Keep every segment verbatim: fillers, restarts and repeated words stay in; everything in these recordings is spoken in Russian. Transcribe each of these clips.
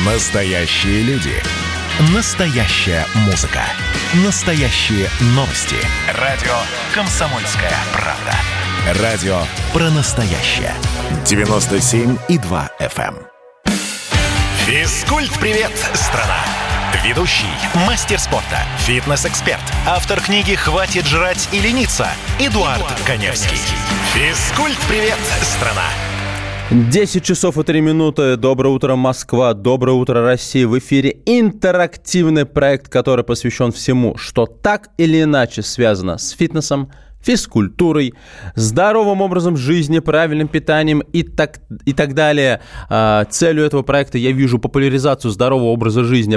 Настоящие люди. Настоящая музыка. Настоящие новости. Радио «Комсомольская правда». Радио про настоящее. девяносто семь и два эф эм. Физкульт-привет, страна! Ведущий, мастер спорта, фитнес-эксперт, автор книги «Хватит жрать и лениться» Эдуард, Эдуард Коневский. Физкульт-привет, страна! десять часов и три минуты. Доброе утро, Москва. Доброе утро, Россия. В эфире интерактивный проект, который посвящен всему, что так или иначе связано с фитнесом, физкультурой, здоровым образом жизни, правильным питанием и так, и так далее. Целью этого проекта я вижу популяризацию здорового образа жизни.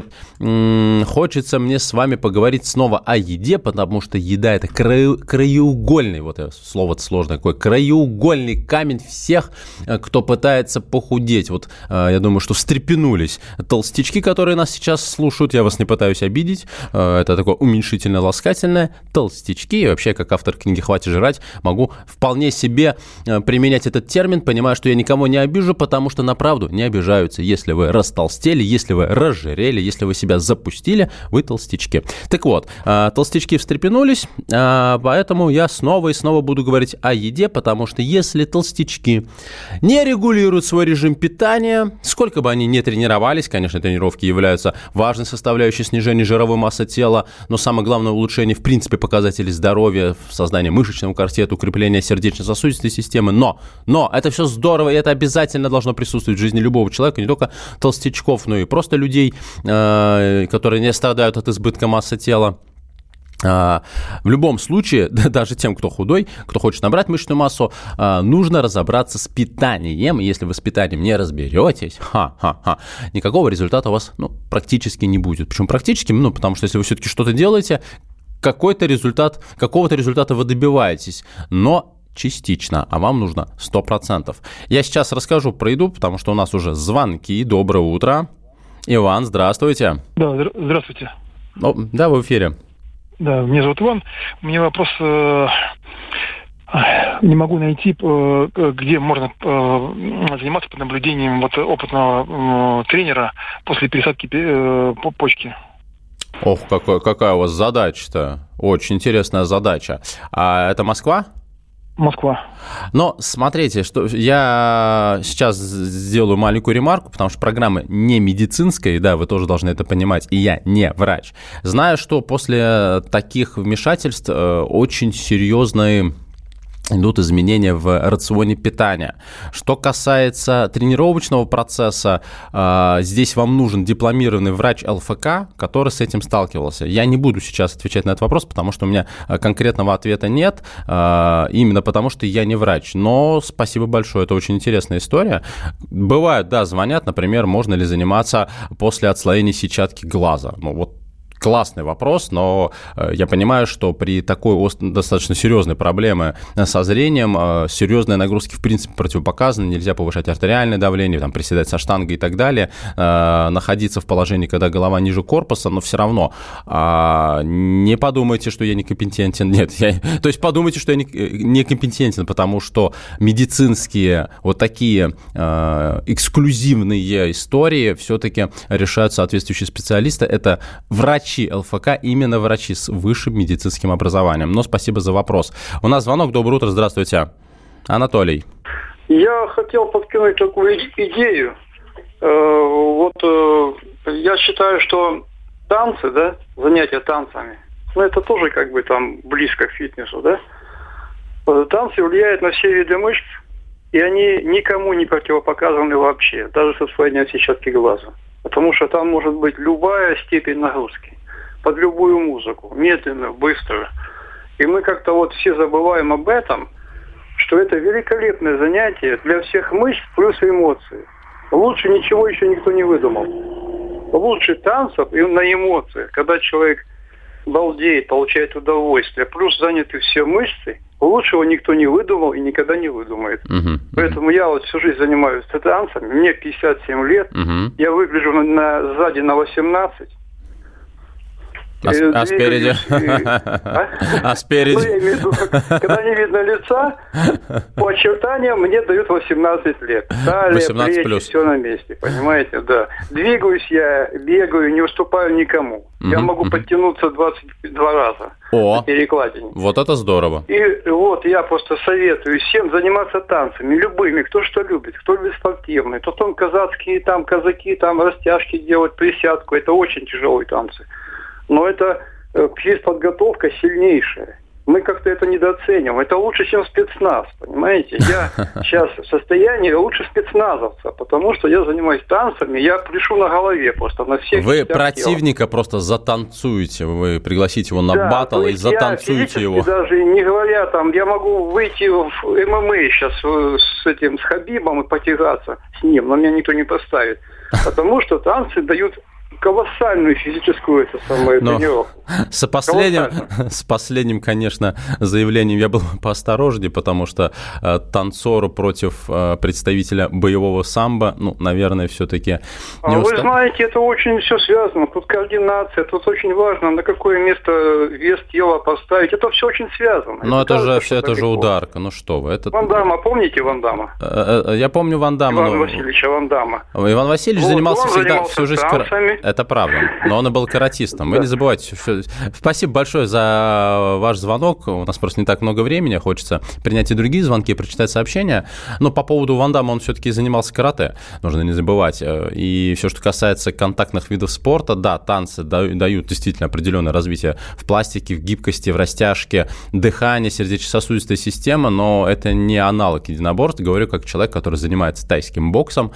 Хочется мне с вами поговорить снова о еде, потому что еда – это краю, краеугольный, вот слово сложное такое, краеугольный камень всех, кто пытается похудеть. Вот я думаю, что встрепенулись толстячки, которые нас сейчас слушают. Я вас не пытаюсь обидеть. Это такое уменьшительно-ласкательное. Толстячки. И вообще, как автор книги «Хватит жрать», могу вполне себе применять этот термин, понимая, что я никого не обижу, потому что на правду не обижаются. Если вы растолстели, если вы разжирели, если вы себя запустили, вы толстячки. Так вот, толстячки встрепенулись, поэтому я снова и снова буду говорить о еде, потому что если толстячки не регулируют свой режим питания, сколько бы они ни тренировались, конечно, тренировки являются важной составляющей снижения жировой массы тела, но самое главное улучшение, в принципе, показателей здоровья, в создании мышечного корсета, укрепления сердечно-сосудистой системы. Но, но это все здорово, и это обязательно должно присутствовать в жизни любого человека, не только толстячков, но и просто людей, э, которые не страдают от избытка массы тела. В любом случае, даже тем, кто худой, кто хочет набрать мышечную массу, нужно разобраться с питанием. Если вы с питанием не разберетесь, ха-ха-ха, никакого результата у вас ну, практически не будет. Почему практически? Ну, потому что если вы все-таки что-то делаете, какой-то результат, какого-то результата вы добиваетесь, но частично, а вам нужно сто процентов. Я сейчас расскажу про еду, потому что у нас уже звонки. Доброе утро. Иван, здравствуйте. Да, здравствуйте. О, да, вы в эфире. Да, меня зовут Иван. У меня вопрос... Э, не могу найти, э, где можно э, заниматься под наблюдением вот, опытного э, тренера после пересадки э, почки. Ох, какой, какая у вас задача-то. Очень интересная задача. А это Москва? Москва. Но смотрите, что я сейчас сделаю маленькую ремарку, потому что программа не медицинская, и да, вы тоже должны это понимать, и я не врач. Знаю, что после таких вмешательств очень серьезные идут изменения в рационе питания. Что касается тренировочного процесса, здесь вам нужен дипломированный врач эл эф ка, который с этим сталкивался. Я не буду сейчас отвечать на этот вопрос, потому что у меня конкретного ответа нет, именно потому что я не врач. Но спасибо большое, это очень интересная история. Бывает, да, звонят, например, можно ли заниматься после отслоения сетчатки глаза. Ну вот. Классный вопрос, но я понимаю, что при такой достаточно серьезной проблеме со зрением серьезные нагрузки в принципе противопоказаны, нельзя повышать артериальное давление, там, приседать со штангой и так далее, находиться в положении, когда голова ниже корпуса, но все равно не подумайте, что я некомпетентен, нет, я, то есть подумайте, что я некомпетентен, потому что медицинские вот такие эксклюзивные истории все-таки решают соответствующие специалисты, это врач эл эф ка, именно врачи с высшим медицинским образованием. Но спасибо за вопрос. У нас звонок. Доброе утро. Здравствуйте. Анатолий. Я хотел подкинуть такую идею. Вот я считаю, что танцы, да, занятия танцами, ну это тоже как бы там близко к фитнесу, да. Танцы влияют на все виды мышц, и они никому не противопоказаны вообще, даже с отслоением сетчатки глаза. Потому что там может быть любая степень нагрузки, под любую музыку, медленную, быструю. И мы как-то вот все забываем об этом, что это великолепное занятие для всех мышц плюс эмоций. Лучше ничего еще никто не выдумал. Лучше танцев и на эмоциях, когда человек балдеет, получает удовольствие, плюс заняты все мышцы, лучшего никто не выдумал и никогда не выдумает. Uh-huh, uh-huh. Поэтому я вот всю жизнь занимаюсь танцами, мне пятьдесят семь лет, uh-huh. я выгляжу на, на, сзади на восемнадцать. А, а спереди? А спереди? Ну, я имею в виду, когда не видно лица, по очертаниям мне дают восемнадцать лет. Талия, плечи, все на месте, понимаете, да. Двигаюсь я, бегаю, не уступаю никому. Я могу подтянуться двадцать два раза. О, перекладине. Вот это здорово. И вот я просто советую всем заниматься танцами, любыми, кто что любит, кто любит спортивные, то там казацкие, там казаки, там растяжки делать, присядку, это очень тяжелые танцы. Но это физподготовка сильнейшая. Мы как-то это недооцениваем. Это лучше, чем спецназ, понимаете? Я сейчас в состоянии лучше спецназовца, потому что я занимаюсь танцами, я пляшу на голове просто, на всех. Вы противника тела. Просто затанцуете, вы пригласите его на да, баттл и затанцуете его. Даже не говоря там, я могу выйти в эм эм а сейчас с этим, с Хабибом и потягаться с ним, но меня никто не поставит. Потому что танцы дают колоссальную физическую это самое тренировку. С последним, с последним, конечно, заявлением я был поосторожнее, потому что э, танцору против э, представителя боевого самбо, ну, наверное, все-таки не а уста... Вы знаете, это очень все связано. Тут координация, тут очень важно, на какое место вес тела поставить. Это все очень связано. Но это, это же все, это же ударка. Ну что вы? Это... Ван Дамма, помните Ван Дамма? Я помню Ван Дамма. Ивана но... Васильевича Ван Дамма. Иван Васильевич вот, занимался всегда занимался всю жизнь танцами. Это правда. Но он и был каратистом. Вы да. не забывайте. Что... Спасибо большое за ваш звонок. У нас просто не так много времени. Хочется принять и другие звонки, прочитать сообщения. Но по поводу Ван Дамма, он все-таки занимался карате. Нужно не забывать. И все, что касается контактных видов спорта, да, танцы дают действительно определенное развитие в пластике, в гибкости, в растяжке, дыхание, сердечно-сосудистая система, но это не аналог единоборств. Говорю как человек, который занимается тайским боксом.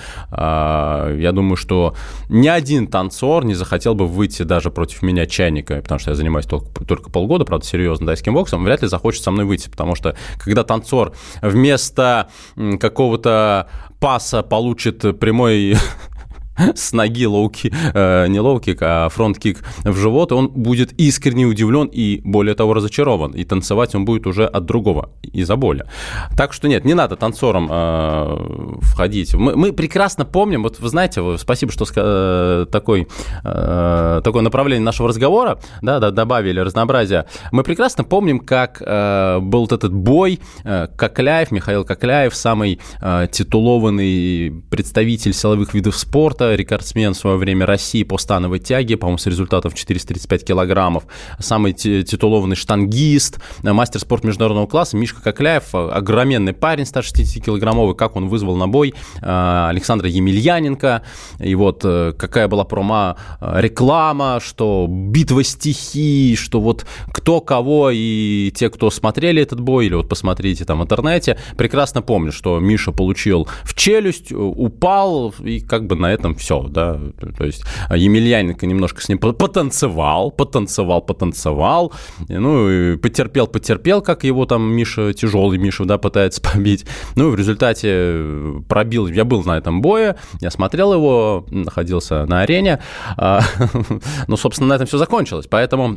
Я думаю, что ни один танцор не захотел бы выйти даже против меня чайника, потому что я занимаюсь только, только полгода, правда, серьезно тайским боксом, вряд ли захочет со мной выйти, потому что когда танцор вместо какого-то паса получит прямой... с ноги лоу-кик, э, не лоу-кик, а фронт-кик в живот, он будет искренне удивлен и, более того, разочарован. И танцевать он будет уже от другого, из-за боли. Так что нет, не надо танцорам э, входить. Мы, мы прекрасно помним, вот вы знаете, вы, спасибо, что э, такой, э, такое направление нашего разговора, да, да, добавили разнообразие. Мы прекрасно помним, как э, был вот этот бой, э, Кокляев, Михаил Кокляев, самый э, титулованный представитель силовых видов спорта, рекордсмен в свое время России по становой тяге, по-моему, с результатом в четыреста тридцать пять килограммов, самый титулованный штангист, мастер спорта международного класса Мишка Кокляев, огроменный парень, сто шестидесятикилограммовый, как он вызвал на бой Александра Емельяненко, и вот какая была промо-реклама, что битва стихий, что вот кто кого, и те, кто смотрели этот бой, или вот посмотрите там в интернете, прекрасно помнят, что Миша получил в челюсть, упал, и как бы на этом все, да, то есть Емельяненко немножко с ним потанцевал, потанцевал, потанцевал, ну, и потерпел, потерпел, как его там Миша, тяжелый Миша, да, пытается побить, ну, и в результате пробил, я был на этом бое, я смотрел его, находился на арене, ну, собственно, на этом все закончилось, поэтому...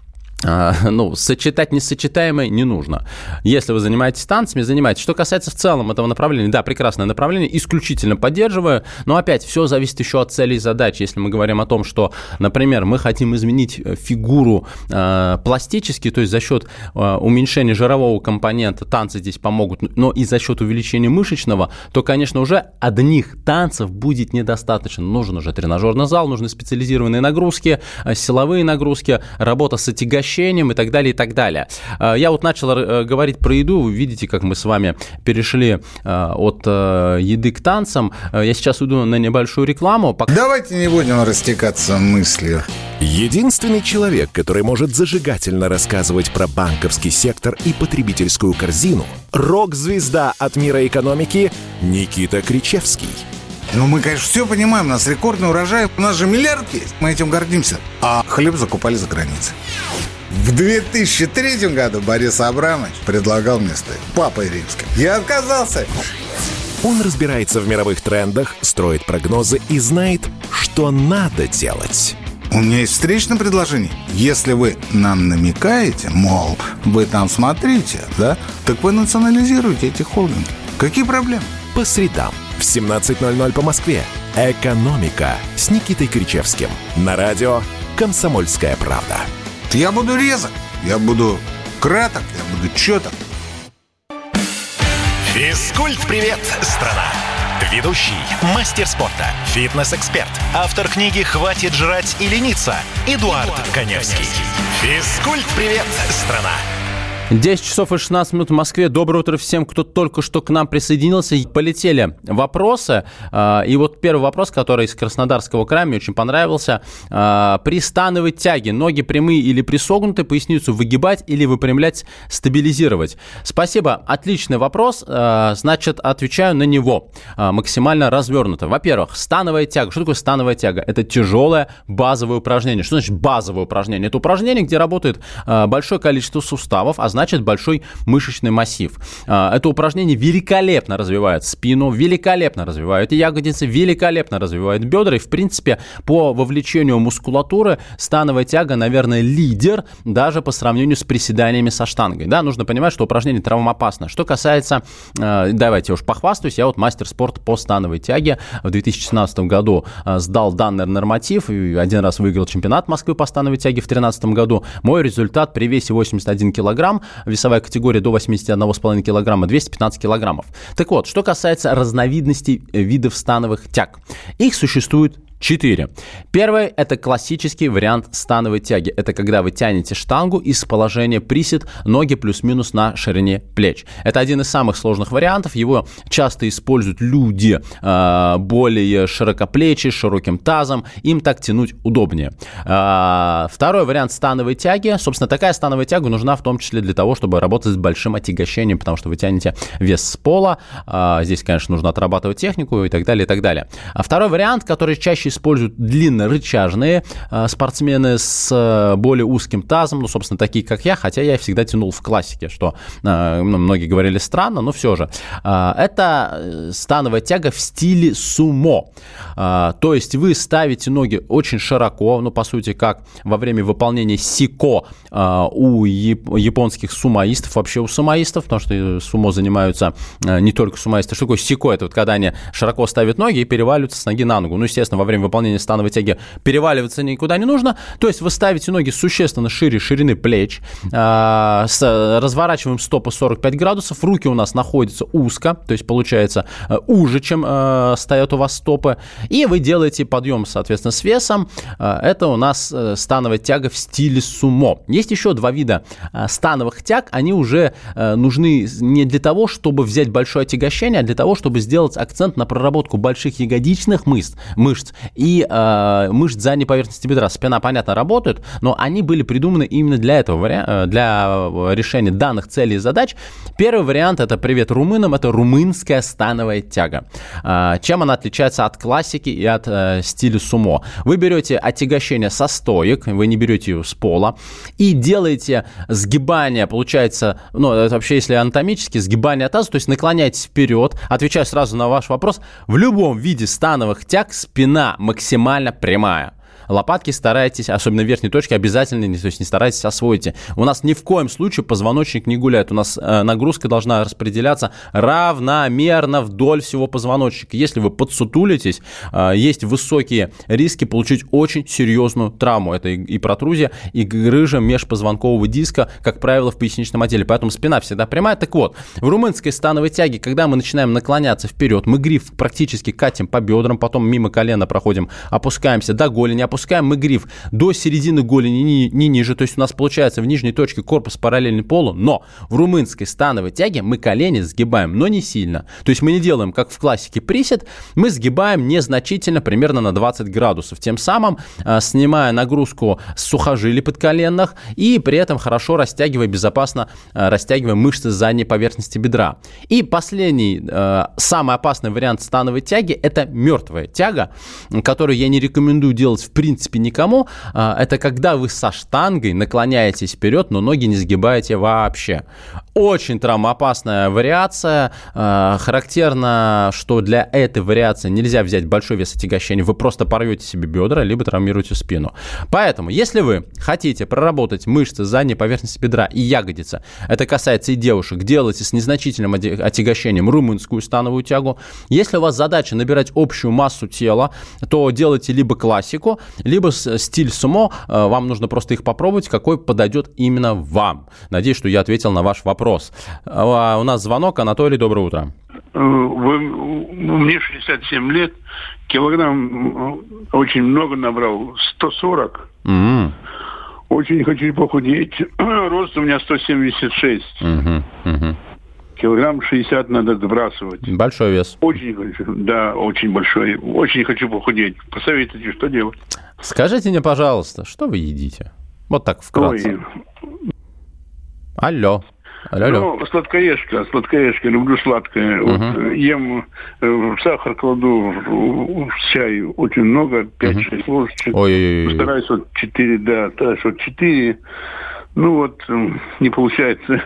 Ну, сочетать несочетаемое не нужно. Если вы занимаетесь танцами, занимайтесь. Что касается в целом этого направления, да, прекрасное направление, исключительно поддерживаю, но опять все зависит еще от целей и задач. Если мы говорим о том, что, например, мы хотим изменить фигуру э, пластически, то есть за счет э, уменьшения жирового компонента танцы здесь помогут, но и за счет увеличения мышечного, то, конечно, уже одних танцев будет недостаточно. Нужен уже тренажерный зал, нужны специализированные нагрузки, силовые нагрузки, работа с отягощением и так далее, и так далее. Я вот начал говорить про еду, вы видите, как мы с вами перешли от еды к танцам. Я сейчас уйду на небольшую рекламу. Давайте не будем растекаться мыслью. Единственный человек, который может зажигательно рассказывать про банковский сектор и потребительскую корзину, рок-звезда от мира экономики Никита Кричевский. Ну, мы, конечно, все понимаем, у нас рекордный урожай, у нас же миллиард есть, мы этим гордимся. А хлеб закупали за границей. В две тысячи третьем году Борис Абрамович предлагал мне стать папой римским. Я отказался. Он разбирается в мировых трендах, строит прогнозы и знает, что надо делать. У меня есть встречное предложение. Если вы нам намекаете, мол, вы там смотрите, да, так вы национализируете эти холдинги. Какие проблемы? По средам в семнадцать ноль ноль по Москве. «Экономика» с Никитой Кричевским. На радио «Комсомольская правда». Я буду резок, я буду краток, я буду четок. Физкульт-привет, страна! Ведущий, мастер спорта, фитнес-эксперт, автор книги «Хватит жрать и лениться» Эдуард, Эдуард Коневский. Физкульт-привет, страна! десять часов и шестнадцать минут в Москве. Доброе утро всем, кто только что к нам присоединился. Полетели вопросы. И вот первый вопрос, который из Краснодарского края, мне очень понравился. При становой тяге ноги прямые или присогнуты, поясницу выгибать или выпрямлять, стабилизировать? Спасибо, отличный вопрос. Значит, отвечаю на него максимально развернуто. Во-первых, становая тяга. Что такое становая тяга? Это тяжелое базовое упражнение. Что значит базовое упражнение? Это упражнение, где работает большое количество суставов, а значит большой мышечный массив. Это упражнение великолепно развивает спину, великолепно развивает ягодицы, великолепно развивает бедра. И, в принципе, по вовлечению мускулатуры становая тяга, наверное, лидер даже по сравнению с приседаниями со штангой. Да, нужно понимать, что упражнение травмоопасно. Что касается, давайте я уж похвастаюсь, я вот мастер спорта по становой тяге. В две тысячи шестнадцатом году сдал данный норматив и один раз выиграл чемпионат Москвы по становой тяге в две тысячи тринадцатом году. Мой результат при весе восемьдесят один килограмм, весовая категория до восемьдесят один целых пять десятых килограмма, двести пятнадцать килограммов. Так вот, что касается разновидностей видов становых тяг. Их существует четыре. Первый – это классический вариант становой тяги. Это когда вы тянете штангу из положения присед, ноги плюс-минус на ширине плеч. Это один из самых сложных вариантов. Его часто используют люди э, более широкоплечие, с широким тазом. Им так тянуть удобнее. Э, второй вариант становой тяги. Собственно, такая становая тяга нужна в том числе для того, чтобы работать с большим отягощением, потому что вы тянете вес с пола. Э, здесь, конечно, нужно отрабатывать технику и так далее, и так далее. А второй вариант, который чаще используют длиннорычажные э, спортсмены с э, более узким тазом, ну, собственно, такие, как я, хотя я всегда тянул в классике, что э, многие говорили странно, но все же. Э, это становая тяга в стиле сумо. Э, то есть вы ставите ноги очень широко, ну, по сути, как во время выполнения сико э, у яп- японских сумоистов, вообще у сумоистов, потому что сумо занимаются э, не только сумоисты. Что такое сико? Это вот когда они широко ставят ноги и переваливаются с ноги на ногу. Ну, естественно, во время выполнения становой тяги переваливаться никуда не нужно. То есть вы ставите ноги существенно шире ширины плеч, э, с, разворачиваем стопы сорок пять градусов, руки у нас находятся узко, то есть получается э, уже, чем э, стоят у вас стопы, и вы делаете подъем, соответственно, с весом. Э, это у нас э, становая тяга в стиле сумо. Есть еще два вида э, становых тяг, они уже э, нужны не для того, чтобы взять большое отягощение, а для того, чтобы сделать акцент на проработку больших ягодичных мышц, мышц и э, мышц задней поверхности бедра. Спина, понятно, работает, но они были придуманы именно для этого варианта, для решения данных целей и задач. Первый вариант — это привет румынам, это румынская становая тяга. Э, чем она отличается от классики и от э, стиля сумо? Вы берете отягощение со стоек, вы не берете ее с пола, и делаете сгибание, получается, ну, это вообще, если анатомически, сгибание таза, то есть наклоняйтесь вперед. Отвечаю сразу на ваш вопрос. В любом виде становых тяг спина максимально прямая. Лопатки старайтесь, особенно в верхней точке, обязательно, то есть не старайтесь освоить. У нас ни в коем случае позвоночник не гуляет. У нас э, нагрузка должна распределяться равномерно вдоль всего позвоночника. Если вы подсутулитесь, э, есть высокие риски получить очень серьезную травму. Это и, и протрузия, и грыжа межпозвонкового диска, как правило, в поясничном отделе. Поэтому спина всегда прямая. Так вот, в румынской становой тяге, когда мы начинаем наклоняться вперед, мы гриф практически катим по бедрам, потом мимо колена проходим, опускаемся до голени, опускаем мы гриф до середины голени, не, не ниже, то есть у нас получается в нижней точке корпус параллельный полу, но в румынской становой тяге мы колени сгибаем, но не сильно. То есть мы не делаем, как в классике присед, мы сгибаем незначительно, примерно на двадцать градусов, тем самым э, снимая нагрузку с сухожилий подколенных и при этом хорошо растягивая, безопасно э, растягивая мышцы задней поверхности бедра. И последний, э, самый опасный вариант становой тяги — это мертвая тяга, которую я не рекомендую делать в В принципе никому. Это когда вы со штангой наклоняетесь вперед, но ноги не сгибаете вообще. Очень травмоопасная вариация. Характерно, что для этой вариации нельзя взять большой вес отягощения. Вы просто порвете себе бедра, либо травмируете спину. Поэтому, если вы хотите проработать мышцы задней поверхности бедра и ягодицы, это касается и девушек, делайте с незначительным отягощением румынскую становую тягу. Если у вас задача набирать общую массу тела, то делайте либо классику, либо стиль сумо. Вам нужно просто их попробовать, какой подойдет именно вам. Надеюсь, что я ответил на ваш вопрос. Вопрос. А у нас звонок. Анатолий, доброе утро. Вы, мне шестьдесят семь лет, килограмм очень много набрал, сто сорок. Mm-hmm. Очень хочу похудеть. Рост у меня сто семьдесят шесть. Mm-hmm. Mm-hmm. Килограмм шестьдесят надо сбрасывать. Большой вес. Очень хочу, да, очень большой. Очень хочу похудеть. Посоветуйте, что делать? Скажите мне, пожалуйста, что вы едите? Вот так вкратце. Ой. Алло. Алло, алло. Ну, сладкоежка, сладкоежка, люблю сладкое. Uh-huh. Вот, ем, э, сахар кладу в, в чай очень много, пять-шесть uh-huh. ложечек. Ой-ой-ой. Стараюсь вот четыре, да, стараюсь вот четыре. Ну вот, не получается.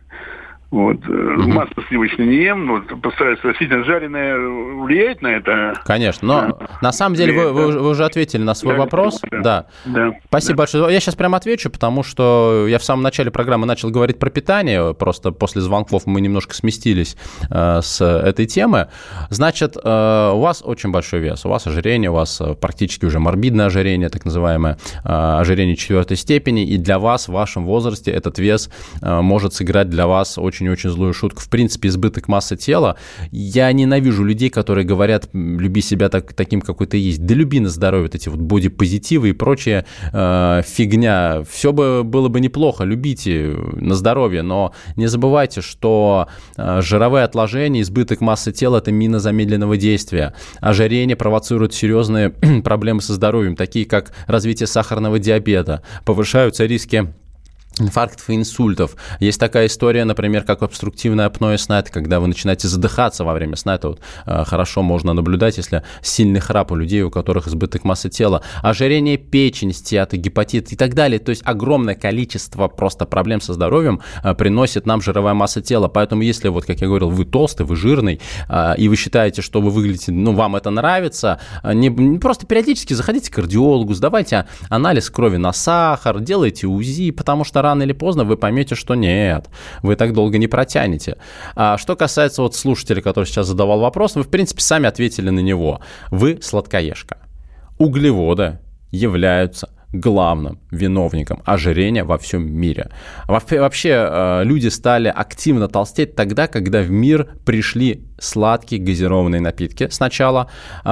Вот. Uh-huh. Масло сливочное не ем, вот, постараюсь растительное. Жареное влияет на это? Конечно, но да. на самом деле вы, вы, вы уже ответили на свой да, вопрос. Да. Да. Да. Спасибо да. большое. Я сейчас прямо отвечу, потому что я в самом начале программы начал говорить про питание, просто после звонков мы немножко сместились э, с этой темы. Значит, э, у вас очень большой вес, у вас ожирение, у вас практически уже морбидное ожирение, так называемое э, ожирение четвертой степени, и для вас в вашем возрасте этот вес э, может сыграть для вас очень очень злую шутку. В принципе, избыток массы тела. Я ненавижу людей, которые говорят, люби себя так, таким, какой ты есть. Да люби на здоровье, вот эти вот бодипозитивы и прочая э, фигня. Все бы было бы неплохо, любите на здоровье, но не забывайте, что э, жировые отложения, избыток массы тела – это мина замедленного действия. Ожирение провоцирует серьезные проблемы со здоровьем, такие как развитие сахарного диабета, повышаются риски инфарктов и инсультов. Есть такая история, например, как обструктивное апноэ сна, это когда вы начинаете задыхаться во время сна. Это вот, э, хорошо можно наблюдать, если сильный храп у людей, у которых избыток массы тела. Ожирение печени, стеатоз, гепатит и так далее. То есть огромное количество просто проблем со здоровьем э, приносит нам жировая масса тела. Поэтому если, вот, как я говорил, вы толстый, вы жирный, э, и вы считаете, что вы выглядите, ну, вам это нравится, э, не, не просто периодически заходите к кардиологу, сдавайте анализ крови на сахар, делайте УЗИ, потому что рано или поздно вы поймете, что нет, вы так долго не протянете. А что касается вот слушателя, который сейчас задавал вопрос, вы, в принципе, сами ответили на него. Вы сладкоежка. Углеводы являются главным виновником ожирения во всем мире. Вообще люди стали активно толстеть тогда, когда в мир пришли сладкие газированные напитки сначала,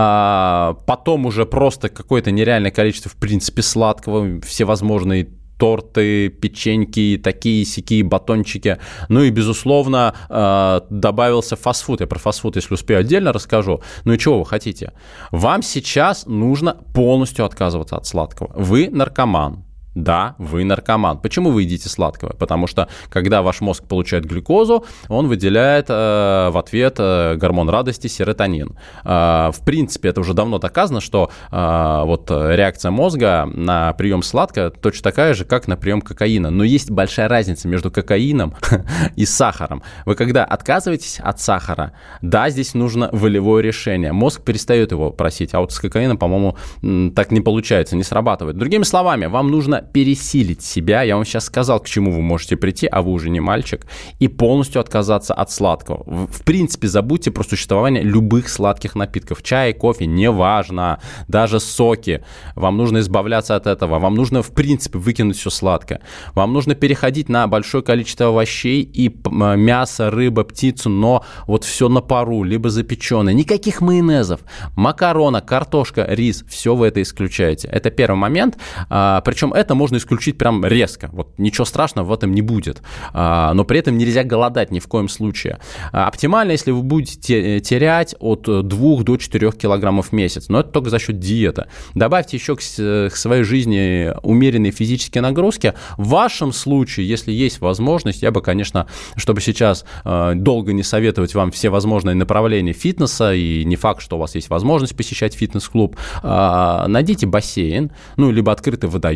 потом уже просто какое-то нереальное количество, в принципе, сладкого, всевозможные торты, печеньки, такие-сякие батончики. Ну и, безусловно, добавился фастфуд. Я про фастфуд, если успею, отдельно расскажу. Ну и чего вы хотите? Вам сейчас нужно полностью отказываться от сладкого. Вы наркоман. Да, вы наркоман. Почему вы едите сладкого? Потому что, когда ваш мозг получает глюкозу, он выделяет э, в ответ э, гормон радости серотонин. Э, в принципе, это уже давно доказано, что э, вот реакция мозга на прием сладкого точно такая же, как на прием кокаина. Но есть большая разница между кокаином и сахаром. Вы когда отказываетесь от сахара, да, здесь нужно волевое решение. Мозг перестает его просить, а вот с кокаином, по-моему, так не получается, не срабатывает. Другими словами, вам нужно пересилить себя. Я вам сейчас сказал, к чему вы можете прийти, а вы уже не мальчик, и полностью отказаться от сладкого. В принципе, забудьте про существование любых сладких напитков. Чай, кофе, неважно, даже соки. Вам нужно избавляться от этого. Вам нужно, в принципе, выкинуть все сладкое. Вам нужно переходить на большое количество овощей и мясо, рыба, птицу, но вот все на пару, либо запеченное. Никаких майонезов, макарона, картошка, рис. Все вы это исключаете. Это первый момент. Причем это можно исключить прям резко. Вот ничего страшного в этом не будет. Но при этом нельзя голодать ни в коем случае. Оптимально, если вы будете терять от двух до четырёх килограммов в месяц. Но это только за счет диеты. Добавьте еще к своей жизни умеренные физические нагрузки. В вашем случае, если есть возможность, я бы, конечно, чтобы сейчас долго не советовать вам все возможные направления фитнеса, и не факт, что у вас есть возможность посещать фитнес-клуб, найдите бассейн, ну, либо открытый водоем, если вы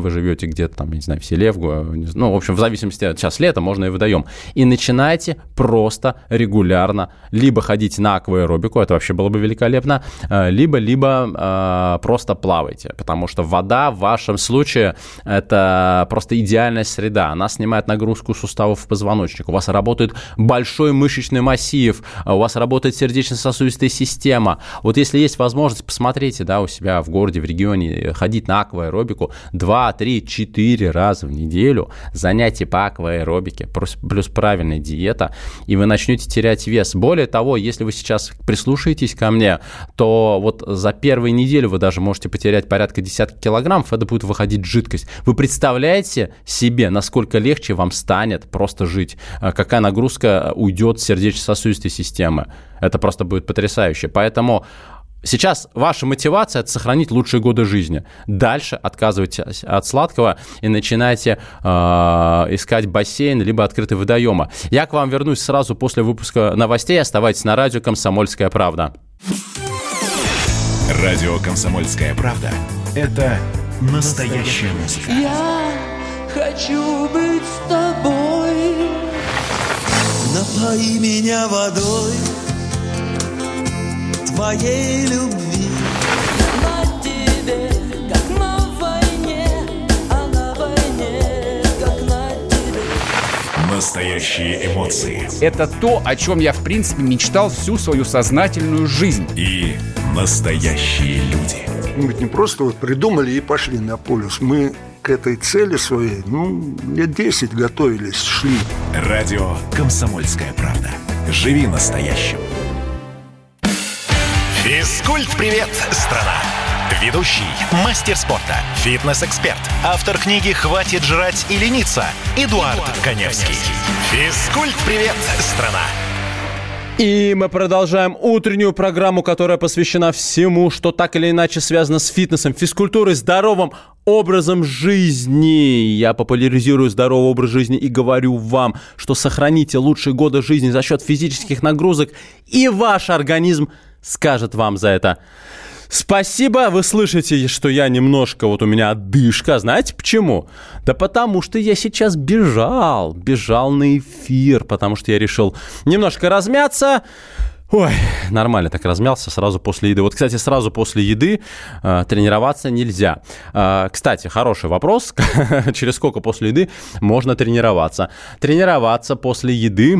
вы живете где-то там, я не знаю, в селе, в, ну, в общем, в зависимости от сейчас лета, можно и водоем. И начинайте просто регулярно либо ходить на акваэробику, это вообще было бы великолепно, либо, либо э, просто плавайте, потому что вода в вашем случае это просто идеальная среда. Она снимает нагрузку суставов в позвоночник. У вас работает большой мышечный массив, у вас работает сердечно-сосудистая система. Вот если есть возможность, посмотрите, да, у себя в городе, в регионе, ходить на акваэробику два, три, четыре раза в неделю, занятия по акваэробике, плюс правильная диета, и вы начнете терять вес. Более того, если вы сейчас прислушаетесь ко мне, то вот за первую неделю вы даже можете потерять порядка десятки килограммов, это будет выходить жидкость. Вы представляете себе, насколько легче вам станет просто жить, какая нагрузка уйдет с сердечно-сосудистой системы. Это просто будет потрясающе. Поэтому сейчас ваша мотивация – это сохранить лучшие годы жизни. Дальше отказывайтесь от сладкого и начинайте э, искать бассейн либо открытые водоемы. Я к вам вернусь сразу после выпуска новостей. Оставайтесь на радио «Комсомольская правда». Радио «Комсомольская правда» – это настоящая музыка. Я хочу быть с тобой. Напои меня водой твоей любви. На тебе, как на войне, а на войне, как на тебе. Настоящие эмоции. Это то, о чем я, в принципе, мечтал всю свою сознательную жизнь. И настоящие люди. Мы ведь не просто вот придумали и пошли на полюс. Мы к этой цели своей, ну, лет десять готовились, шли. Радио «Комсомольская правда». Живи настоящим. Физкульт-привет, страна! Ведущий, мастер спорта, фитнес-эксперт, автор книги «Хватит жрать и лениться» Эдуард, Эдуард Коневский. Физкульт-привет, страна! И мы продолжаем утреннюю программу, которая посвящена всему, что так или иначе связано с фитнесом, физкультурой, здоровым образом жизни. Я популяризирую здоровый образ жизни и говорю вам, что сохраните лучшие годы жизни за счет физических нагрузок, и ваш организм скажет вам за это спасибо. Вы слышите, что я немножко, вот у меня одышка. Знаете почему? Да потому что я сейчас бежал, бежал на эфир, потому что я решил немножко размяться. Ой, нормально так размялся сразу после еды. Вот, кстати, сразу после еды э, тренироваться нельзя. Э, кстати, хороший вопрос. Через сколько после еды можно тренироваться? Тренироваться после еды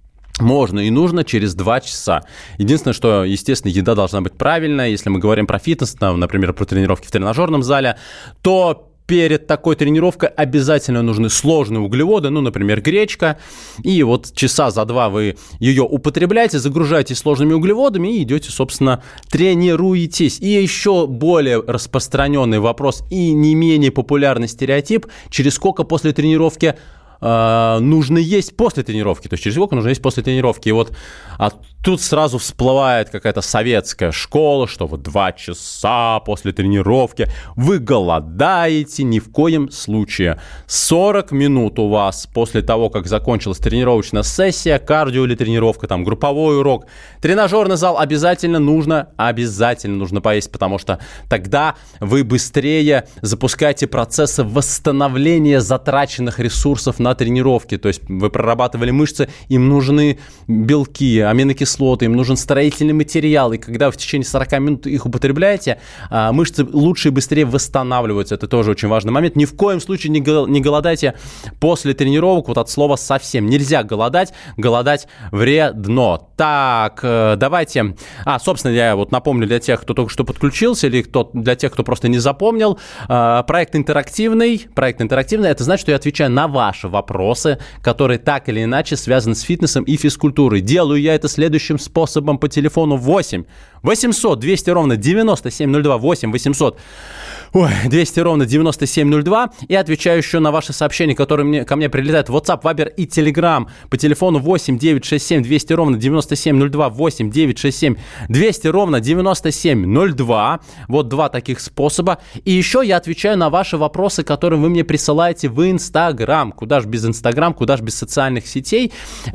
можно и нужно через два часа. Единственное, что, естественно, еда должна быть правильная. Если мы говорим про фитнес, там, например, про тренировки в тренажерном зале, то перед такой тренировкой обязательно нужны сложные углеводы, ну, например, гречка. И вот часа за два вы ее употребляете, загружаете сложными углеводами и идете, собственно, тренируетесь. И еще более распространенный вопрос и не менее популярный стереотип: через сколько после тренировки Uh, нужно есть после тренировки, то есть через сколько нужно есть после тренировки. И вот а тут сразу всплывает какая-то советская школа, что вот два часа после тренировки вы голодаете. Ни в коем случае. сорок минут у вас после того, как закончилась тренировочная сессия, кардио или тренировка, там групповой урок, тренажерный зал, обязательно нужно, обязательно нужно поесть, потому что тогда вы быстрее запускаете процессы восстановления затраченных ресурсов на тренировке. То есть вы прорабатывали мышцы, им нужны белки, аминокислоты, им нужен строительный материал. И когда вы в течение сорок минут их употребляете, мышцы лучше и быстрее восстанавливаются. Это тоже очень важный момент. Ни в коем случае не голодайте после тренировок. Вот от слова совсем. Нельзя голодать. Голодать вредно. Так, давайте... А, собственно, я вот напомню для тех, кто только что подключился, или кто, для тех, кто просто не запомнил. Проект интерактивный. Проект интерактивный. Это значит, что я отвечаю на ваши вопросы, которые так или иначе связаны с фитнесом и физкультурой. Делаю я это следующим способом по телефону восемь восемьсот двести ровно девяносто семь ноль два, восемь восемьсот Ой, двести ровно девяносто семь ноль два, и отвечаю еще на ваши сообщения, которые мне, ко мне прилетают в WhatsApp, Viber и Telegram по телефону восемь девятьсот шестьдесят семь двести ровно девяносто семь ноль два, восемь девятьсот шестьдесят семь двести ровно девяносто семь ноль два. Вот два таких способа. И еще я отвечаю на ваши вопросы, которые вы мне присылаете в Instagram. Куда ж без Instagram, куда ж без социальных сетей.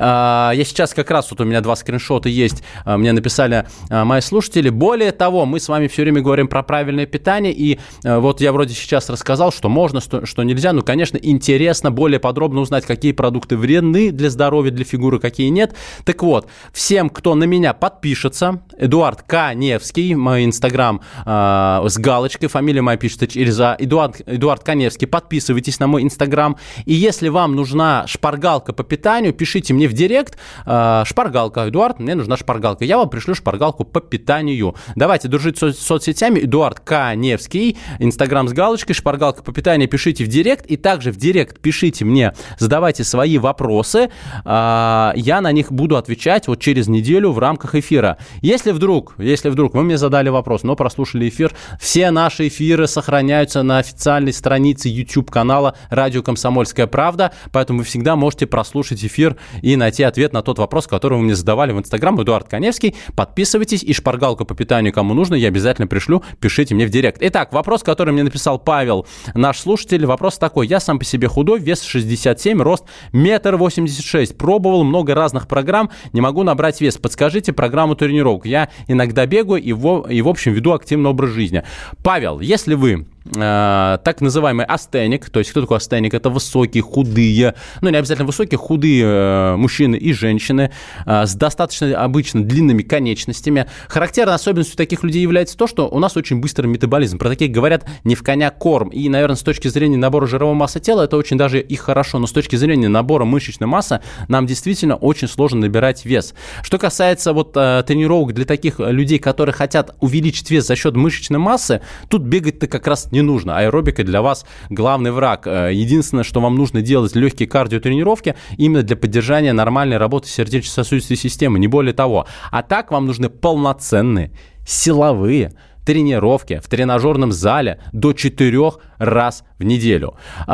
Я сейчас как раз, вот у меня два скриншота есть, мне написали мои слушатели. Более того, мы с вами все время говорим про правильное питание, и вот я вроде сейчас рассказал, что можно, что, что нельзя. Ну, конечно, интересно более подробно узнать, какие продукты вредны для здоровья, для фигуры, какие нет. Так вот, всем, кто на меня подпишется, Эдуард Каневский, мой инстаграм э, с галочкой, фамилия моя пишется через А, Эдуард, Эдуард Каневский, подписывайтесь на мой инстаграм. И если вам нужна шпаргалка по питанию, пишите мне в директ, э, шпаргалка, Эдуард, мне нужна шпаргалка. Я вам пришлю шпаргалку по питанию. Давайте дружить с соцсетями. Эдуард Каневский, инстаграм с галочкой, шпаргалка по питанию, пишите в директ. И также в директ пишите мне, задавайте свои вопросы. Э, я на них буду отвечать вот через неделю в рамках эфира. Если вдруг, если вдруг вы мне задали вопрос, но прослушали эфир, все наши эфиры сохраняются на официальной странице YouTube-канала «Радио Комсомольская правда», поэтому вы всегда можете прослушать эфир и найти ответ на тот вопрос, который вы мне задавали в Инстаграм. Эдуард Каневский. Подписывайтесь, и шпаргалку по питанию, кому нужно, я обязательно пришлю, пишите мне в директ. Итак, вопрос, который мне написал Павел, наш слушатель, вопрос такой. Я сам по себе худой, вес шестьдесят семь, рост метр восемьдесят шесть. Пробовал много разных программ, не могу набрать вес. Подскажите программу тренировок. Я иногда бегаю и в, и в общем веду активный образ жизни. Павел, если вы э, так называемый астеник, то есть кто такой астеник? Это высокие, худые, ну не обязательно высокие, худые э, мужчины и женщины э, с достаточно обычно длинными конечностями. Характерной особенностью таких людей является то, что у нас очень быстрый метаболизм. Про таких говорят не в коня корм. И, наверное, с точки зрения набора жировой массы тела это очень даже и хорошо, но с точки зрения набора мышечной массы нам действительно очень сложно набирать вес. Что касается вот э, тренировок для таких людей, которые хотят увеличить вес за счет мышечной массы, тут бегать-то как раз не нужно. Аэробика для вас главный враг. Единственное, что вам нужно делать, легкие кардиотренировки именно для поддержания нормальной работы сердечно-сосудистой системы, не более того. А так вам нужны полноценные силовые тренировки в тренажерном зале до четырех раз в неделю.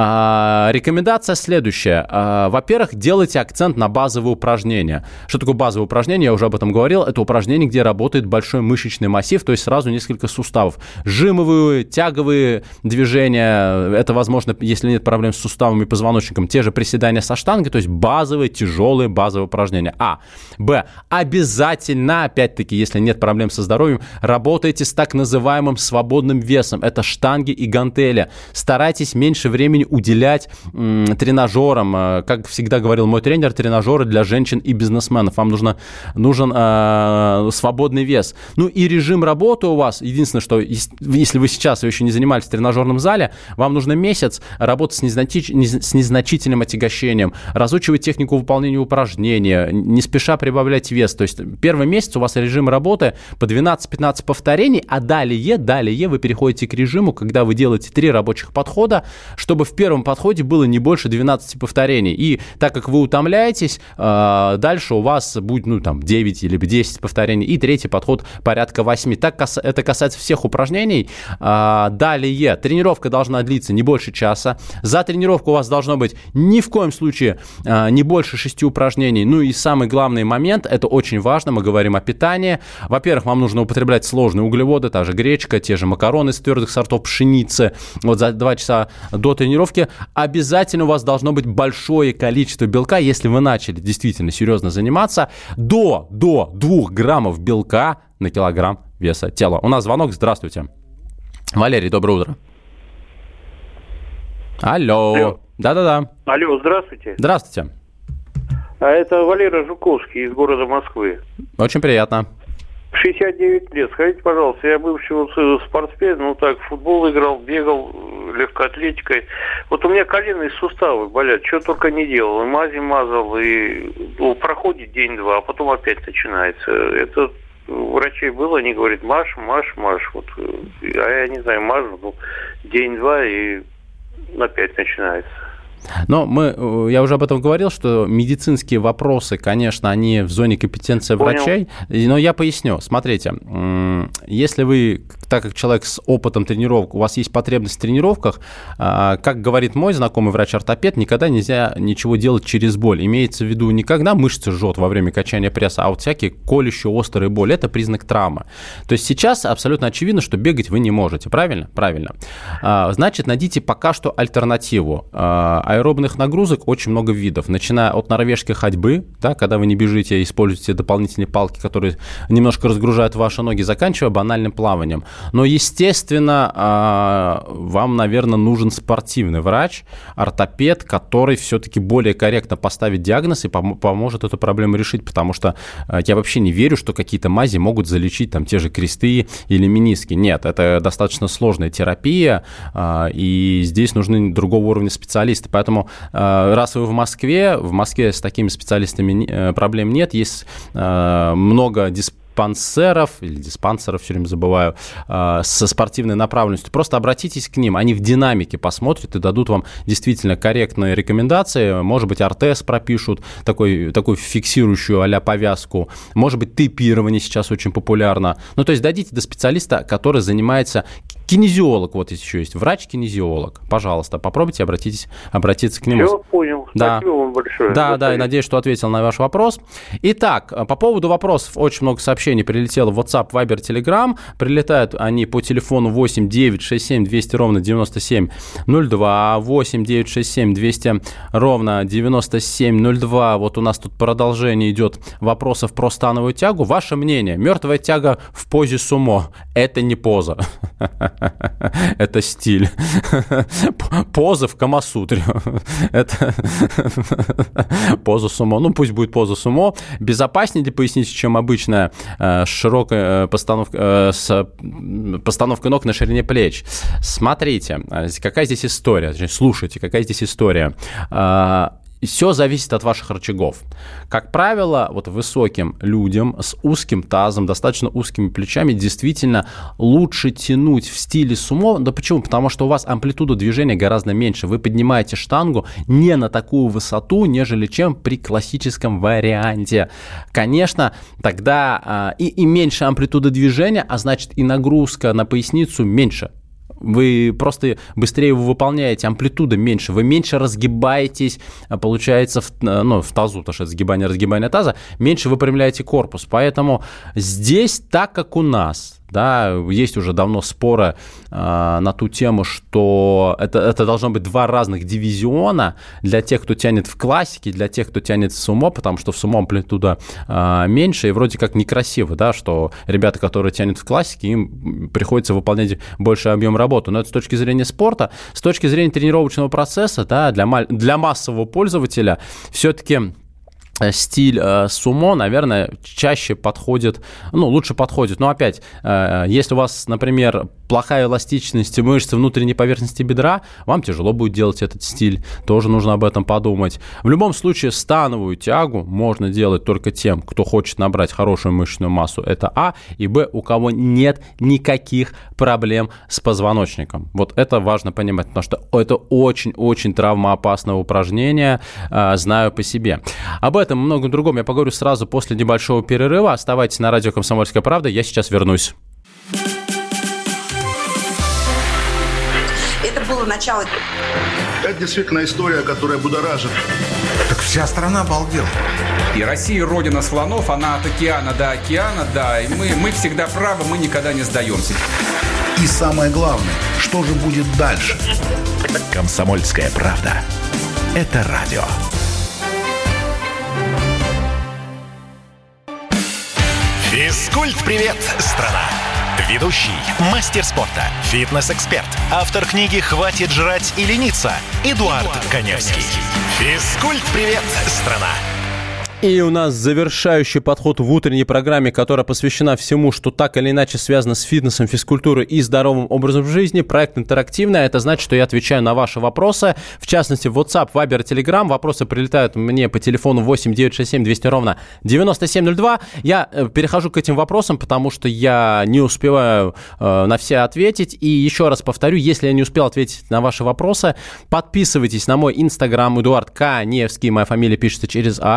А, рекомендация следующая. А, во-первых, делайте акцент на базовые упражнения. Что такое базовые упражнения? Я уже об этом говорил. Это упражнения, где работает большой мышечный массив, то есть сразу несколько суставов. Жимовые, тяговые движения. Это возможно, если нет проблем с суставами и позвоночником. Те же приседания со штангой, то есть базовые, тяжелые базовые упражнения. А. Б. Обязательно, опять-таки, если нет проблем со здоровьем, работайте с так называемым свободным весом. Это штанги и гантели. Старайтесь меньше времени уделять м, тренажерам. Как всегда говорил мой тренер, тренажеры для женщин и бизнесменов. Вам нужно, нужен э, свободный вес. Ну и режим работы у вас. Единственное, что если вы сейчас еще не занимались в тренажерном зале, вам нужно месяц работать с, незначи... с незначительным отягощением, разучивать технику выполнения упражнения, не спеша прибавлять вес. То есть первый месяц у вас режим работы по двенадцать-пятнадцать повторений, а далее, далее вы переходите к режиму, когда вы делаете три рабочих подхода, чтобы в первом подходе было не больше двенадцати повторений. И так как вы утомляетесь, дальше у вас будет, ну, там, девять или десять повторений, и третий подход порядка восьми. Так это касается всех упражнений. Далее, тренировка должна длиться не больше часа. За тренировку у вас должно быть ни в коем случае не больше шести упражнений. Ну и самый главный момент, это очень важно, мы говорим о питании. Во-первых, вам нужно употреблять сложные углеводы, та же гречка, те же макароны из твердых сортов пшеницы. Вот за два часа до тренировки обязательно у вас должно быть большое количество белка, если вы начали действительно серьезно заниматься, до, до двух граммов белка на килограмм веса тела. У нас звонок, здравствуйте. Валерий, доброе утро. Алло. Алло. Да-да-да. Алло, здравствуйте. Здравствуйте. А это Валера Жуковский из города Москвы. Очень приятно. шестьдесят девять лет. Скажите, пожалуйста, я бывший вот спортсмен, ну так, в футбол играл, бегал, легкоатлетикой. Вот у меня коленные суставы болят, что только не делал. И мази мазал, и ну, проходит день-два, а потом опять начинается. Это у врачей было, они говорят, маш, маш, маш. Вот, а я не знаю, мажу, ну, день-два, и опять начинается. Но мы, я уже об этом говорил, что медицинские вопросы, конечно, они в зоне компетенции Понял. врачей, но я поясню. Смотрите, если вы, так как человек с опытом тренировок, у вас есть потребность в тренировках, как говорит мой знакомый врач-ортопед, никогда нельзя ничего делать через боль. Имеется в виду не когда мышцы жжет во время качания пресса, а вот всякие колющие, острые боли. Это признак травмы. То есть сейчас абсолютно очевидно, что бегать вы не можете. Правильно? Правильно. Значит, найдите пока что альтернативу. аэробных нагрузок очень много видов, начиная от норвежской ходьбы, да, когда вы не бежите, используете дополнительные палки, которые немножко разгружают ваши ноги, заканчивая банальным плаванием. Но, естественно, вам, наверное, нужен спортивный врач, ортопед, который все-таки более корректно поставит диагноз и пом- поможет эту проблему решить, потому что я вообще не верю, что какие-то мази могут залечить там те же кресты или мениски. Нет, это достаточно сложная терапия, и здесь нужны другого уровня специалисты. Поэтому, раз вы в Москве, в Москве с такими специалистами проблем нет, есть много диспансеров, диспансеров, или диспансеров, все время забываю, э, со спортивной направленностью. Просто обратитесь к ним, они в динамике посмотрят и дадут вам действительно корректные рекомендации. Может быть, ортез пропишут, такой, такую фиксирующую а-ля повязку. Может быть, тейпирование сейчас очень популярно. Ну, то есть дадите до специалиста, который занимается... Кинезиолог, вот еще есть, врач-кинезиолог. Пожалуйста, попробуйте обратитесь, обратиться к нему. Все, понял. Да. Спасибо вам большое. Да, да, и надеюсь, что ответил на ваш вопрос. Итак, по поводу вопросов, очень много сообщений прилетело в WhatsApp, Viber, Telegram. Прилетают они по телефону восемь девятьсот шестьдесят семь двести ровно девяносто семь ноль два, восемь девятьсот шестьдесят семь двести ровно девяносто семь ноль два. Вот у нас тут продолжение идет вопросов про становую тягу. Ваше мнение, мертвая тяга в позе сумо – это не поза. Это стиль. Поза в Камасутре. Это поза сумо. Ну, пусть будет поза сумо. Безопаснее для поясницы, чем обычная широкая постановка, с постановкой ног на ширине плеч. Смотрите, какая здесь история. Слушайте, какая здесь история. Все зависит от ваших рычагов. Как правило, вот высоким людям с узким тазом, достаточно узкими плечами действительно лучше тянуть в стиле сумо. Да почему? Потому что у вас амплитуда движения гораздо меньше. Вы поднимаете штангу не на такую высоту, нежели чем при классическом варианте. Конечно, тогда и, и меньше амплитуда движения, а значит и нагрузка на поясницу меньше. Вы просто быстрее его выполняете, амплитуда меньше, вы меньше разгибаетесь, получается, в, ну, в тазу, потому что это сгибание, разгибание таза, меньше выпрямляете корпус. Поэтому здесь так, как у нас. Да, есть уже давно споры э, на ту тему, что это, это должно быть два разных дивизиона для тех, кто тянет в классике, для тех, кто тянет в сумо, потому что в сумо амплитуда э, меньше, и вроде как некрасиво, да, что ребята, которые тянут в классике, им приходится выполнять больший объем работы. Но это с точки зрения спорта. С точки зрения тренировочного процесса, да, для, для массового пользователя все-таки стиль э, сумо, наверное, чаще подходит, ну, лучше подходит. Но опять, э, если у вас, например, плохая эластичность мышцы внутренней поверхности бедра, вам тяжело будет делать этот стиль, тоже нужно об этом подумать. В любом случае, становую тягу можно делать только тем, кто хочет набрать хорошую мышечную массу, это А, и Б, у кого нет никаких проблем с позвоночником. Вот это важно понимать, потому что это очень-очень травмоопасное упражнение, э, знаю по себе. Об этом и многом другом я поговорю сразу после небольшого перерыва. Оставайтесь на радио «Комсомольская правда», я сейчас вернусь. Это было начало. Это действительно история, которая будоражит. Так вся страна обалдела. И Россия родина слонов, она от океана до океана, да, и мы, мы всегда правы, мы никогда не сдаемся. И самое главное, что же будет дальше? «Комсомольская правда». Это радио. Физкульт-привет, страна! Ведущий, мастер спорта, фитнес-эксперт, автор книги «Хватит жрать и лениться» Эдуард, Эдуард Коневский. Физкульт-привет, страна! И у нас завершающий подход в утренней программе, которая посвящена всему, что так или иначе связано с фитнесом, физкультурой и здоровым образом жизни. Проект интерактивный. Это значит, что я отвечаю на ваши вопросы. В частности, в WhatsApp, Viber, Telegram. Вопросы прилетают мне по телефону восемь девятьсот шестьдесят семь двести ровно девяносто семь ноль два. Я перехожу к этим вопросам, потому что я не успеваю э, на все ответить. И еще раз повторю, если я не успел ответить на ваши вопросы, подписывайтесь на мой Инстаграм, Эдуард Коневский. Моя фамилия пишется через А.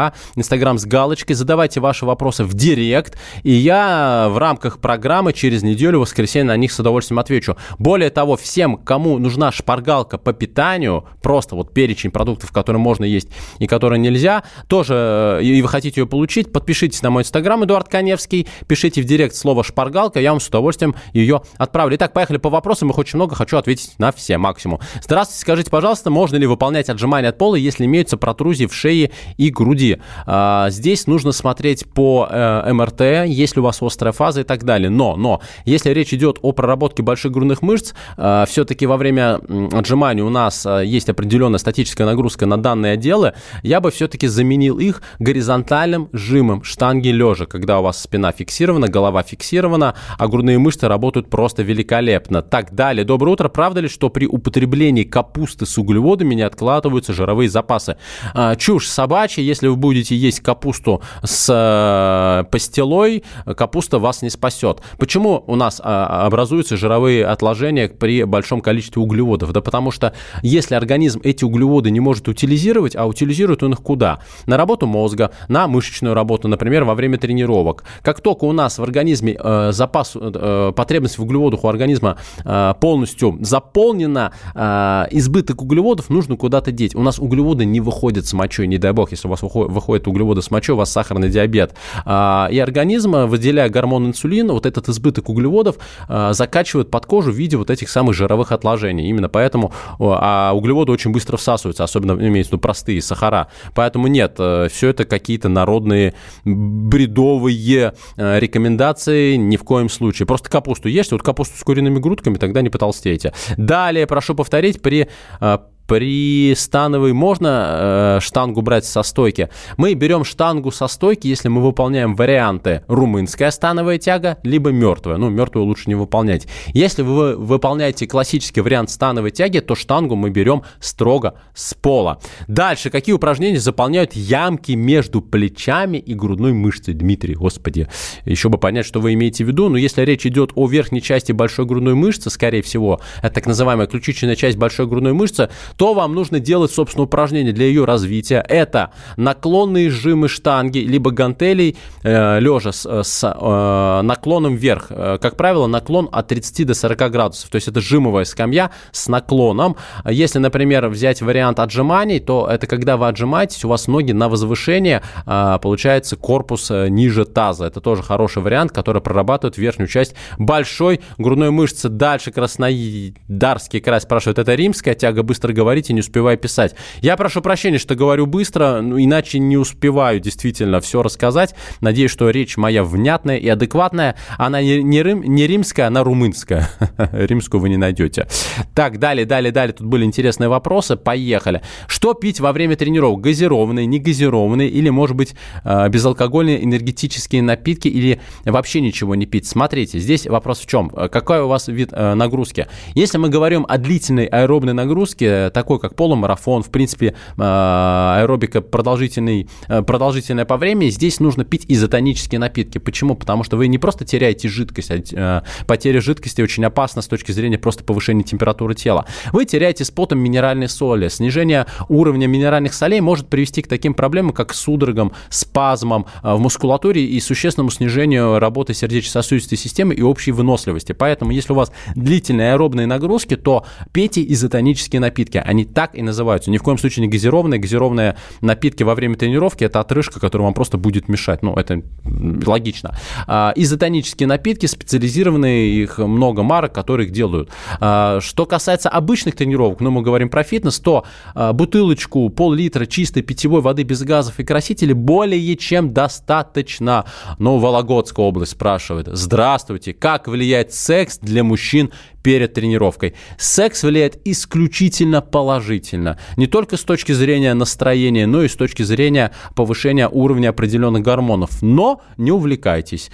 Инстаграм с галочкой, задавайте ваши вопросы в директ, и я в рамках программы через неделю, в воскресенье, на них с удовольствием отвечу. Более того, всем, кому нужна шпаргалка по питанию, просто вот перечень продуктов, которые можно есть и которые нельзя, тоже, и вы хотите ее получить, подпишитесь на мой Инстаграм, Эдуард Каневский, пишите в директ слово «шпаргалка», я вам с удовольствием ее отправлю. Итак, поехали по вопросам, их очень много, хочу ответить на все максимум. Здравствуйте, скажите, пожалуйста, можно ли выполнять отжимания от пола, если имеются протрузии в шее и груди? А, здесь нужно смотреть по э, эм эр тэ, есть ли у вас острая фаза и так далее. Но, но, если речь идет о проработке больших грудных мышц, э, все-таки во время отжимания у нас э, есть определенная статическая нагрузка на данные отделы, я бы все-таки заменил их горизонтальным жимом штанги лежа, когда у вас спина фиксирована, голова фиксирована, а грудные мышцы работают просто великолепно. Так, далее. Доброе утро. Правда ли, что при употреблении капусты с углеводами не откладываются жировые запасы? А, чушь собачья. Если вы будете есть капусту с а, пастилой, капуста вас не спасет. Почему у нас а, образуются жировые отложения при большом количестве углеводов? Да потому что если организм эти углеводы не может утилизировать, а утилизирует он их куда? На работу мозга, на мышечную работу, например, во время тренировок. Как только у нас в организме э, запас, э, потребность в углеводах у организма э, полностью заполнена, э, избыток углеводов нужно куда-то деть. У нас углеводы не выходят с мочой, не дай бог, если у вас выходят, выходят углеводы с мочой, у вас сахарный диабет. Э, и организм, выделяя гормон инсулина, вот этот избыток углеводов э, закачивает под кожу в виде вот этих самых жировых отложений. Именно поэтому э, а углеводы очень быстро всасываются, особенно имеется в виду простые сахара. Поэтому нет, э, все это какие-то народные бредовые э, рекомендации, ни в коем случае. Просто капусту ешьте, вот капусту с куриными грудками, тогда не потолстеете. Далее, прошу повторить, при... Э, При становой можно э, штангу брать со стойки. Мы берем штангу со стойки, если мы выполняем варианты румынская становая тяга, либо мертвая. Ну, мертвую лучше не выполнять. Если вы выполняете классический вариант становой тяги, то штангу мы берем строго с пола. Дальше. Какие упражнения заполняют ямки между плечами и грудной мышцей? Дмитрий, господи. Еще бы понять, что вы имеете в виду. Но если речь идет о верхней части большой грудной мышцы, скорее всего, это так называемая ключичная часть большой грудной мышцы, то вам нужно делать, собственно, упражнения для ее развития. Это наклонные сжимы штанги, либо гантелей, э, лежа с, с э, наклоном вверх. Э, как правило, наклон от тридцати до сорока градусов. То есть это жимовая скамья с наклоном. Если, например, взять вариант отжиманий, то это когда вы отжимаетесь, у вас ноги на возвышение, э, получается корпус э, ниже таза. Это тоже хороший вариант, который прорабатывает верхнюю часть большой грудной мышцы. Дальше Краснодарский край спрашивает, это римская тяга, быстро говорите, не успеваю писать. Я прошу прощения, что говорю быстро, ну, иначе не успеваю действительно все рассказать. Надеюсь, что речь моя внятная и адекватная. Она не, не, рим, не римская, она румынская. Римскую вы не найдете. Так, далее, далее, далее. Тут были интересные вопросы. Поехали. Что пить во время тренировок? Газированные, негазированные или, может быть, безалкогольные энергетические напитки или вообще ничего не пить? Смотрите, здесь вопрос в чем? Какой у вас вид нагрузки? Если мы говорим о длительной аэробной нагрузке, такой как полумарафон, в принципе, аэробика продолжительный, продолжительная по времени, здесь нужно пить изотонические напитки. Почему? Потому что вы не просто теряете жидкость, а потеря жидкости очень опасна с точки зрения просто повышения температуры тела. Вы теряете с потом минеральные соли. Снижение уровня минеральных солей может привести к таким проблемам, как судорогам, спазмам в мускулатуре и существенному снижению работы сердечно-сосудистой системы и общей выносливости. Поэтому, если у вас длительные аэробные нагрузки, то пейте изотонические напитки. Они так и называются. Ни в коем случае не газированные. Газированные напитки во время тренировки – это отрыжка, которая вам просто будет мешать. Ну, это логично. А, изотонические напитки специализированные, их много марок, которые их делают. А, что касается обычных тренировок, ну, мы говорим про фитнес, то а, бутылочку, пол-литра чистой питьевой воды без газов и красителей более чем достаточно. Но Вологодская область спрашивает. Здравствуйте. Как влияет секс для мужчин перед тренировкой? Секс влияет исключительно положительно. Не только с точки зрения настроения, но и с точки зрения повышения уровня определенных гормонов. Но не увлекайтесь.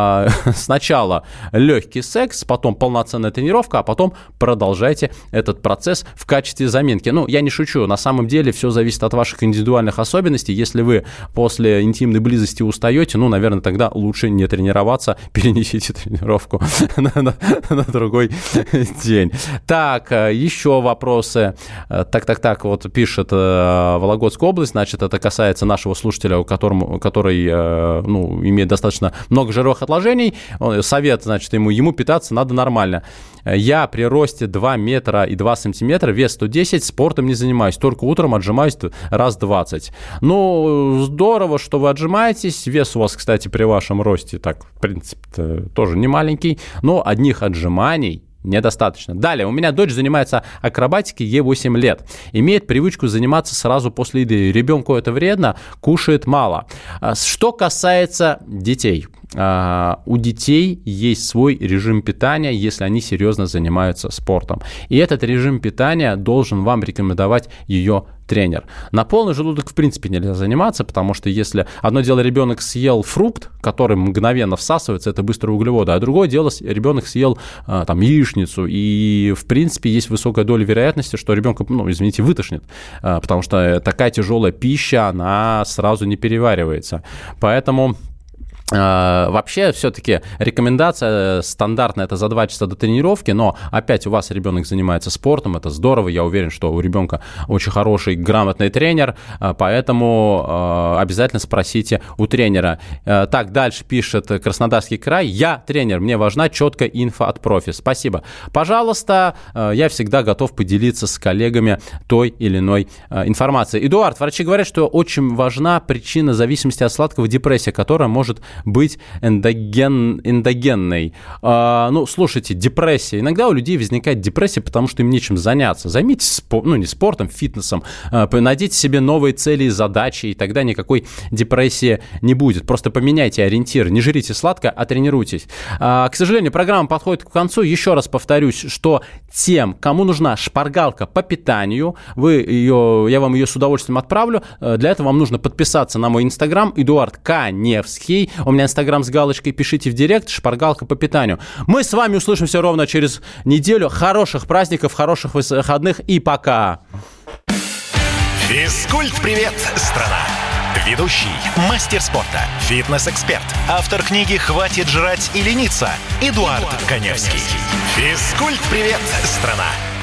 Сначала легкий секс, потом полноценная тренировка, а потом продолжайте этот процесс в качестве заминки. Ну, я не шучу. На самом деле все зависит от ваших индивидуальных особенностей. Если вы после интимной близости устаете, ну, наверное, тогда лучше не тренироваться. Перенесите тренировку на, на, на другой день. Так, еще вопросы. Так, так, так, вот пишет Вологодская область, значит, это касается нашего слушателя, у которому, который, ну, имеет достаточно много жировых отложений. Совет, значит, ему, ему питаться надо нормально. Я при росте два метра и два сантиметра, вес сто десять, спортом не занимаюсь, только утром отжимаюсь раз двадцать. Ну, здорово, что вы отжимаетесь. Вес у вас, кстати, при вашем росте, так, в принципе, тоже не маленький, но одних отжиманий недостаточно. Далее, у меня дочь занимается акробатикой, ей восемь лет. Имеет привычку заниматься сразу после еды. Ребенку это вредно, кушает мало. Что касается детей. У детей есть свой режим питания, если они серьезно занимаются спортом. И этот режим питания должен вам рекомендовать ее тренер. На полный желудок в принципе нельзя заниматься, потому что если одно дело ребенок съел фрукт, который мгновенно всасывается, это быстрые углеводы, а другое дело ребенок съел там яичницу, и в принципе есть высокая доля вероятности, что ребенка, ну, извините, вытошнит, потому что такая тяжелая пища, она сразу не переваривается. Поэтому вообще, все-таки рекомендация стандартная, это за два часа до тренировки, но опять у вас ребенок занимается спортом, это здорово, я уверен, что у ребенка очень хороший, грамотный тренер, поэтому обязательно спросите у тренера. Так, дальше пишет Краснодарский край. Я тренер, мне важна четкая инфа от профи. Спасибо. Пожалуйста, я всегда готов поделиться с коллегами той или иной информацией. Эдуард, врачи говорят, что очень важна причина зависимости от сладкого — депрессия, которая может быть эндоген, эндогенной. А, ну, слушайте, депрессия. Иногда у людей возникает депрессия, потому что им нечем заняться. Займитесь, спор, ну, не спортом, фитнесом, а, найдите себе новые цели и задачи, и тогда никакой депрессии не будет. Просто поменяйте ориентир, не жрите сладко, а тренируйтесь. А, к сожалению, программа подходит к концу. Еще раз повторюсь, что тем, кому нужна шпаргалка по питанию, вы ее, я вам ее с удовольствием отправлю. Для этого вам нужно подписаться на мой инстаграм, Эдуард Каневский. У меня инстаграм с галочкой, пишите в директ, шпаргалка по питанию. Мы с вами услышимся ровно через неделю. Хороших праздников, хороших выходных и пока. Физкульт-привет, страна! Ведущий, мастер спорта, фитнес-эксперт, автор книги «Хватит жрать и лениться» Эдуард Каневский. Физкульт-привет, страна!